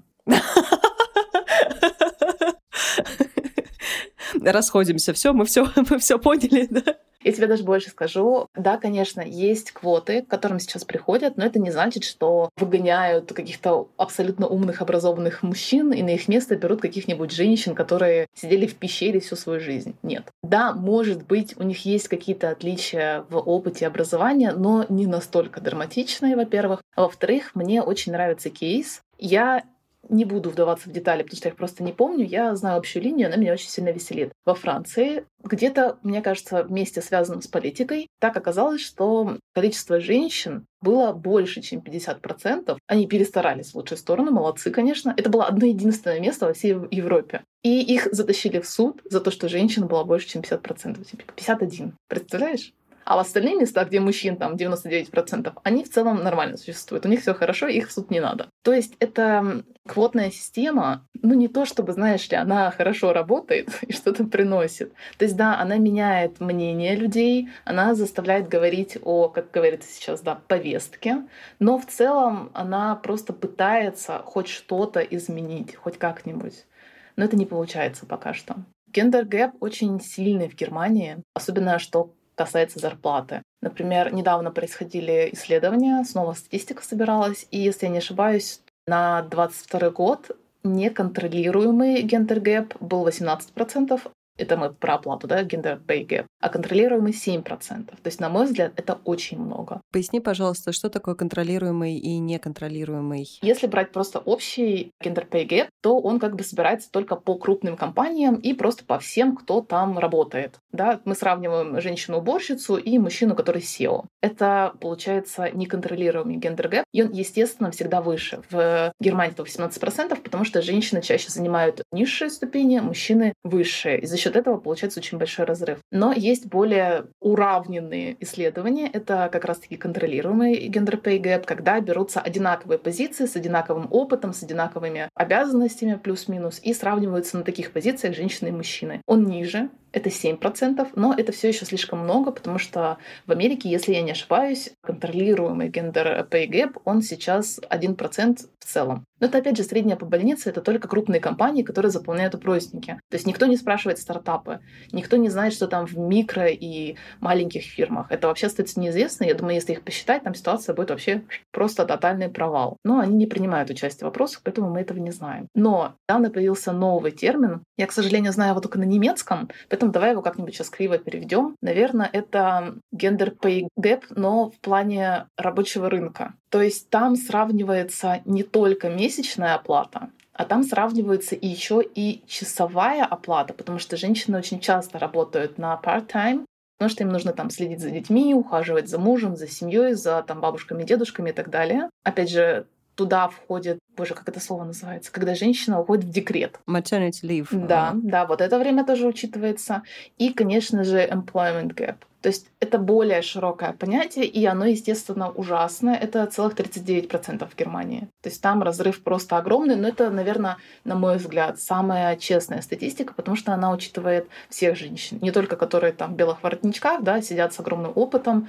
Расходимся, все, мы все, мы все поняли, да? Я тебе даже больше скажу. Да, конечно, есть квоты, к которым сейчас приходят, но это не значит, что выгоняют каких-то абсолютно умных, образованных мужчин и на их место берут каких-нибудь женщин, которые сидели в пещере всю свою жизнь. Нет. Да, может быть, у них есть какие-то отличия в опыте образования, но не настолько драматичные, во-первых. А во-вторых, мне очень нравится кейс. Я не буду вдаваться в детали, потому что я их просто не помню. Я знаю общую линию, она меня очень сильно веселит. Во Франции где-то, мне кажется, вместе связано с политикой, так оказалось, что количество женщин было больше, чем пятьдесят процентов. Они перестарались в лучшую сторону, молодцы, конечно. Это было одно единственное место во всей Европе. И их затащили в суд за то, что женщин было больше, чем пятьдесят процентов. Типа пятьдесят один. Представляешь? А в остальные места, где мужчин там девяносто девять процентов, они в целом нормально существуют. У них все хорошо, их в суд не надо. То есть это квотная система, ну не то чтобы, знаешь ли, она хорошо работает и что-то приносит. То есть да, она меняет мнение людей, она заставляет говорить о, как говорится сейчас, да, повестке, но в целом она просто пытается хоть что-то изменить, хоть как-нибудь. Но это не получается пока что. Gender gap очень сильный в Германии, особенно что касается зарплаты. Например, недавно происходили исследования, снова статистика собиралась, и, если я не ошибаюсь, на двадцать второй год неконтролируемый gender gap был восемнадцать процентов. Это мы про оплату, да, gender pay gap. А контролируемый семь процентов. То есть, на мой взгляд, это очень много. Поясни, пожалуйста, что такое контролируемый и неконтролируемый? Если брать просто общий gender pay gap, то он как бы собирается только по крупным компаниям и просто по всем, кто там работает. Да? Мы сравниваем женщину-уборщицу и мужчину, который сео. Это, получается, неконтролируемый gender gap. И он, естественно, всегда выше. В Германии это восемнадцать процентов, потому что женщины чаще занимают низшие ступени, мужчины — высшие. И за счет этого получается очень большой разрыв. Но есть более уравненные исследования. Это как раз-таки контролируемый gender pay gap, когда берутся одинаковые позиции с одинаковым опытом, с одинаковыми обязанностями плюс-минус, и сравниваются на таких позициях женщины и мужчины. Он ниже, это семь процентов, но это все еще слишком много, потому что в Америке, если я не ошибаюсь, контролируемый gender pay gap, он сейчас один процент в целом. Но это, опять же, средняя по больнице, это только крупные компании, которые заполняют опросники. То есть никто не спрашивает стартапы, никто не знает, что там в микро и маленьких фирмах. Это вообще остается неизвестно. Я думаю, если их посчитать, там ситуация будет вообще просто тотальный провал. Но они не принимают участие в вопросах, поэтому мы этого не знаем. Но недавно появился новый термин. Я, к сожалению, знаю его только на немецком, поэтому давай его как-нибудь сейчас криво переведем. Наверное, это gender pay gap, но в плане рабочего рынка. То есть там сравнивается не только месячная оплата, а там сравнивается и еще и часовая оплата, потому что женщины очень часто работают на part-time, потому что им нужно там следить за детьми, ухаживать за мужем, за семьей, за там бабушками, дедушками и так далее. Опять же, туда входит, боже, как это слово называется, когда женщина уходит в декрет. Maternity leave. Да, да, вот это время тоже учитывается. И, конечно же, employment gap. То есть это более широкое понятие, и оно, естественно, ужасное. Это целых тридцать девять процентов в Германии. То есть там разрыв просто огромный, но это, наверное, на мой взгляд, самая честная статистика, потому что она учитывает всех женщин. Не только которые там в белых воротничках, да, сидят с огромным опытом,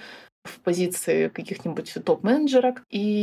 в позиции каких-нибудь топ-менеджерок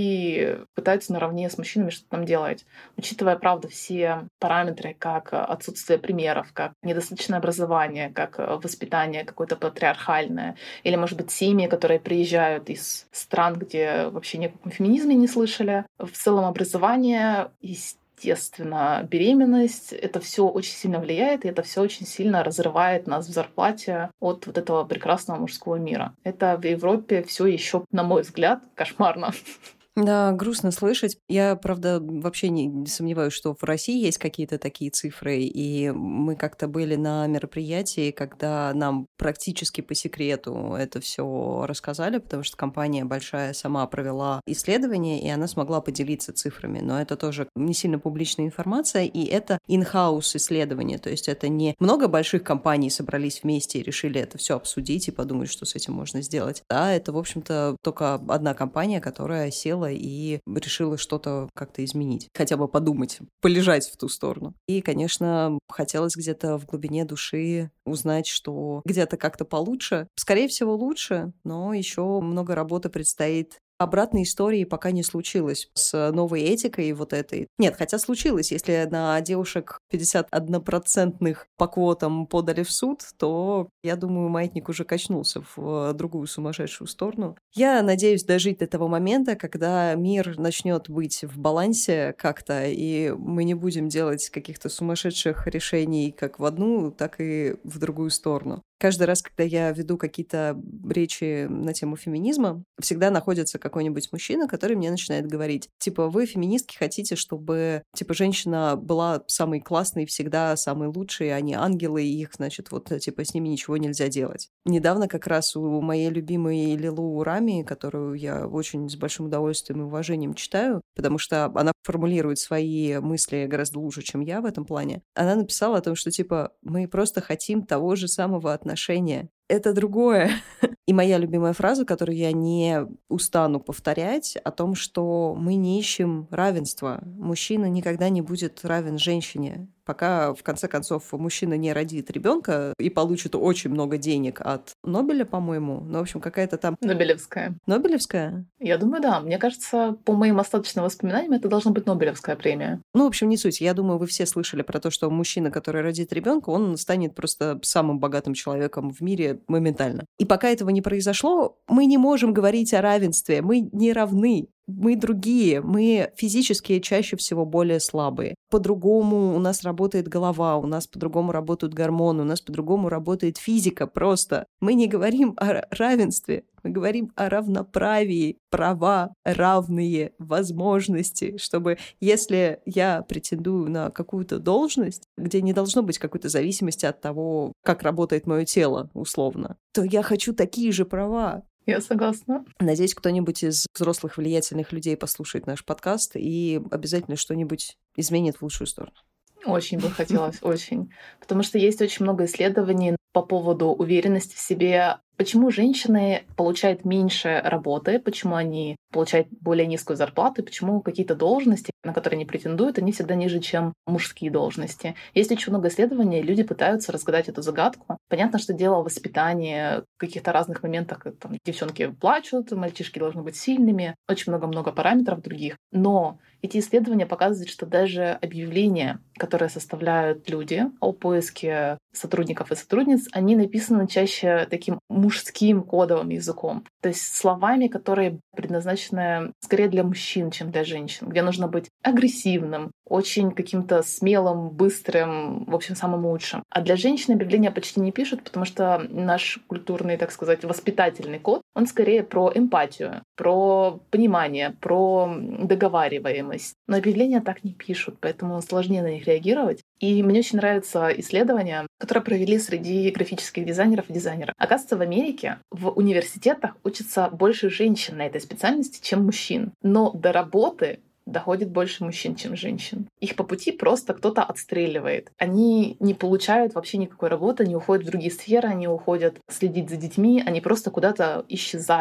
и пытаются наравне с мужчинами что-то там делать. Учитывая, правда, все параметры, как отсутствие примеров, как недостаточное образование, как воспитание какое-то патриархальное, или, может быть, семьи, которые приезжают из стран, где вообще ни о каком феминизме не слышали. В целом образование, естественно, беременность, это все очень сильно влияет, и это все очень сильно разрывает нас в зарплате от вот этого прекрасного мужского мира. Это в Европе все еще, на мой взгляд, кошмарно. Да, грустно слышать. Я, правда, вообще не сомневаюсь, что в России есть какие-то такие цифры, и мы как-то были на мероприятии, когда нам практически по секрету это все рассказали, потому что компания большая сама провела исследование, и она смогла поделиться цифрами, но это тоже не сильно публичная информация, и это in-house исследование, то есть это не много больших компаний собрались вместе и решили это все обсудить и подумать, что с этим можно сделать. Да, это, в общем-то, только одна компания, которая села и решила что-то как-то изменить. Хотя бы подумать, полежать в ту сторону. И, конечно, хотелось где-то в глубине души узнать, что где-то как-то получше. Скорее всего, лучше, но еще много работы предстоит. Обратной истории пока не случилось с новой этикой вот этой. Нет, хотя случилось. Если на девушек пятьдесят один процент по квотам подали в суд, то, я думаю, маятник уже качнулся в другую сумасшедшую сторону. Я надеюсь дожить до того момента, когда мир начнет быть в балансе как-то, и мы не будем делать каких-то сумасшедших решений как в одну, так и в другую сторону. Каждый раз, когда я веду какие-то речи на тему феминизма, всегда находится какой-нибудь мужчина, который мне начинает говорить, типа, вы, феминистки, хотите, чтобы, типа, женщина была самой классной, всегда самой лучшей, а не ангелы, и их, значит, вот, типа, с ними ничего нельзя делать. Недавно как раз у моей любимой Лилу Рами, которую я очень с большим удовольствием и уважением читаю, потому что она формулирует свои мысли гораздо лучше, чем я в этом плане, она написала о том, что, типа, мы просто хотим того же самого отношения. Отношения. Это другое. И моя любимая фраза, которую я не устану повторять, о том, что мы не ищем равенства. Мужчина никогда не будет равен женщине. Пока, в конце концов, мужчина не родит ребенка и получит очень много денег от Нобеля, по-моему. Ну, в общем, какая-то там... Нобелевская. Нобелевская? Я думаю, да. Мне кажется, по моим остаточным воспоминаниям, это должна быть Нобелевская премия. Ну, в общем, не суть. Я думаю, вы все слышали про то, что мужчина, который родит ребенка, он станет просто самым богатым человеком в мире моментально. И пока этого не произошло, мы не можем говорить о равенстве. Мы не равны. Мы другие, мы физически чаще всего более слабые. По-другому у нас работает голова, у нас по-другому работают гормоны, у нас по-другому работает физика просто. Мы не говорим о равенстве, мы говорим о равноправии, права равные, возможности, чтобы если я претендую на какую-то должность, где не должно быть какой-то зависимости от того, как работает мое тело, условно, то я хочу такие же права. Я согласна. Надеюсь, кто-нибудь из взрослых влиятельных людей послушает наш подкаст и обязательно что-нибудь изменит в лучшую сторону. Очень бы хотелось, очень. Потому что есть очень много исследований по поводу уверенности в себе. Почему женщины получают меньше работы, почему они получают более низкую зарплату, почему какие-то должности, на которые они претендуют, они всегда ниже, чем мужские должности. Есть очень много исследований, люди пытаются разгадать эту загадку. Понятно, что дело в воспитании, в каких-то разных моментах. Там, девчонки плачут, мальчишки должны быть сильными, очень много-много параметров других. Но эти исследования показывают, что даже объявления, которые составляют люди о поиске сотрудников и сотрудниц, они написаны чаще таким мужским кодовым языком. То есть словами, которые предназначены скорее для мужчин, чем для женщин, где нужно быть агрессивным, очень каким-то смелым, быстрым, в общем, самым лучшим. А для женщин объявления почти не пишут, потому что наш культурный, так сказать, воспитательный код, он скорее про эмпатию, про понимание, про договариваемость. Но объявления так не пишут, поэтому сложнее на них реагировать. И мне очень нравятся исследования, которые провели среди графических дизайнеров и дизайнеров. Оказывается, в Америке в университетах учатся больше женщин на этой специальности, чем мужчин. Но до работы доходит больше мужчин, чем женщин. Их по пути просто кто-то отстреливает. Они не получают вообще никакой работы, они уходят в другие сферы, они уходят следить за детьми, они просто куда-то исчезают.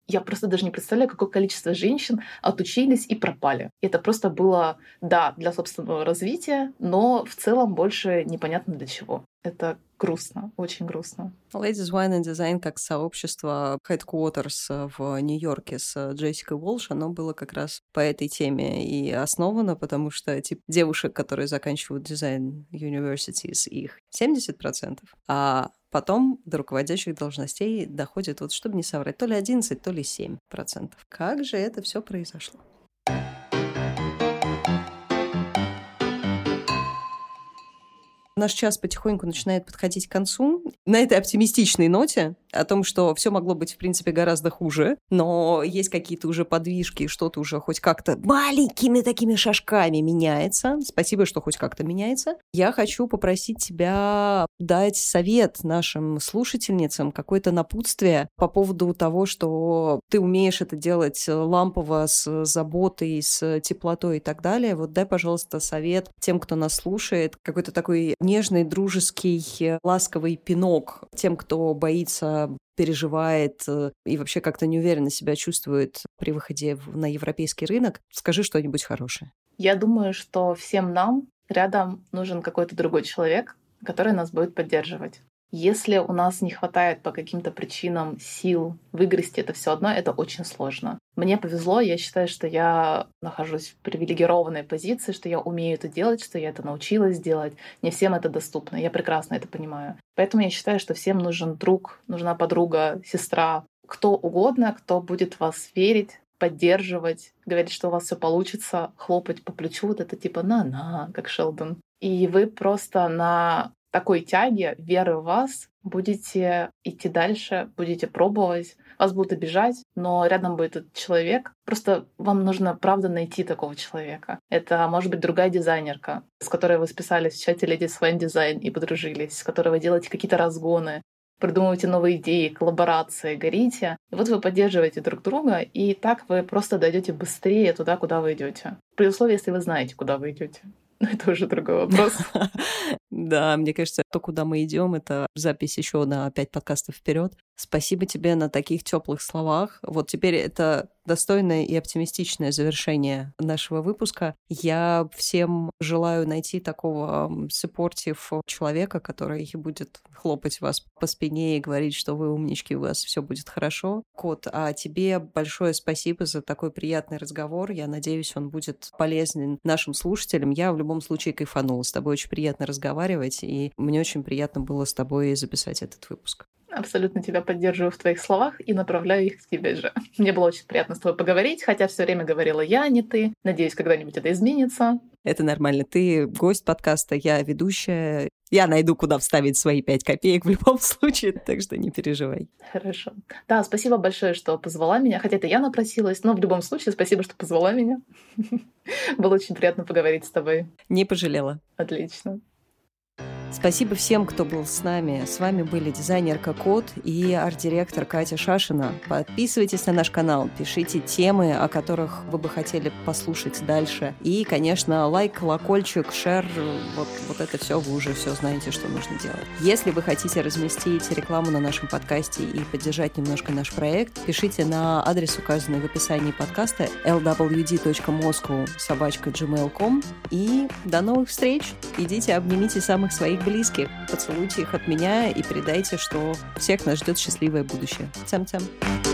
Я просто даже не представляю, какое количество женщин отучились и пропали. Это просто было, да, для собственного развития, но в целом больше непонятно для чего. Это грустно, очень грустно. Ladies Wine and Design как сообщество Headquarters в Нью-Йорке с Джессикой Уолш, оно было как раз по этой теме и основано, потому что типа девушек, которые заканчивают дизайн universities, их семьдесят процентов, а потом до руководящих должностей доходит, вот чтобы не соврать, то ли одиннадцать, то ли семь процентов. Как же это все произошло? Наш час потихоньку начинает подходить к концу. На этой оптимистичной ноте о том, что все могло быть, в принципе, гораздо хуже, но есть какие-то уже подвижки, что-то уже хоть как-то маленькими такими шажками меняется. Спасибо, что хоть как-то меняется. Я хочу попросить тебя дать совет нашим слушательницам, какое-то напутствие по поводу того, что ты умеешь это делать лампово, с заботой, с теплотой и так далее. Вот дай, пожалуйста, совет тем, кто нас слушает, какой-то такой нежный, дружеский, ласковый пинок тем, кто боится, переживает и вообще как-то неуверенно себя чувствует при выходе на европейский рынок. Скажи что-нибудь хорошее. Я думаю, что всем нам рядом нужен какой-то другой человек, который нас будет поддерживать. Если у нас не хватает по каким-то причинам сил выгрести это все одно, это очень сложно. Мне повезло, я считаю, что я нахожусь в привилегированной позиции, что я умею это делать, что я это научилась делать. Не всем это доступно, я прекрасно это понимаю. Поэтому я считаю, что всем нужен друг, нужна подруга, сестра, кто угодно, кто будет в вас верить, поддерживать, говорить, что у вас все получится, хлопать по плечу, вот это типа на-на, как Шелдон. И вы просто на такой тяге, веры в вас, будете идти дальше, будете пробовать, вас будут обижать, но рядом будет этот человек. Просто вам нужно, правда, найти такого человека. Это может быть другая дизайнерка, с которой вы списались в чате Ladies Wine Design и подружились, с которой вы делаете какие-то разгоны, придумываете новые идеи, коллаборации, горите. И вот вы поддерживаете друг друга, и так вы просто дойдете быстрее туда, куда вы идете. При условии, если вы знаете, куда вы идете. Но это уже другой вопрос. Да, мне кажется, то, куда мы идем, это запись еще на пять подкастов вперед. Спасибо тебе на таких теплых словах. Вот теперь это достойное и оптимистичное завершение нашего выпуска. Я всем желаю найти такого саппортив человека, который будет хлопать вас по спине и говорить, что вы умнички, у вас все будет хорошо. Кот, а тебе большое спасибо за такой приятный разговор. Я надеюсь, он будет полезен нашим слушателям. Я в любом случае кайфанула. С тобой очень приятно разговаривать, и мне очень приятно было с тобой записать этот выпуск. Абсолютно тебя поддерживаю в твоих словах и направляю их к тебе же. Мне было очень приятно с тобой поговорить, хотя все время говорила я, а не ты. Надеюсь, когда-нибудь это изменится. Это нормально. Ты гость подкаста, я ведущая. Я найду, куда вставить свои пять копеек в любом случае, так что не переживай. Хорошо. Да, спасибо большое, что позвала меня, хотя это я напросилась, но в любом случае спасибо, что позвала меня. Было очень приятно поговорить с тобой. Не пожалела. Отлично. Спасибо всем, кто был с нами. С вами были дизайнерка Кот и арт-директор Катя Шашина. Подписывайтесь на наш канал, пишите темы, о которых вы бы хотели послушать дальше. И, конечно, лайк, колокольчик, шер, вот, вот это все, вы уже все знаете, что нужно делать. Если вы хотите разместить рекламу на нашем подкасте и поддержать немножко наш проект, пишите на адрес, указанный в описании подкаста эл дабл ю ди точка москоу собака джимейл точка ком. И до новых встреч! Идите, обнимите самых своих близких, поцелуйте их от меня и передайте, что всех нас ждет счастливое будущее. Цем-цем!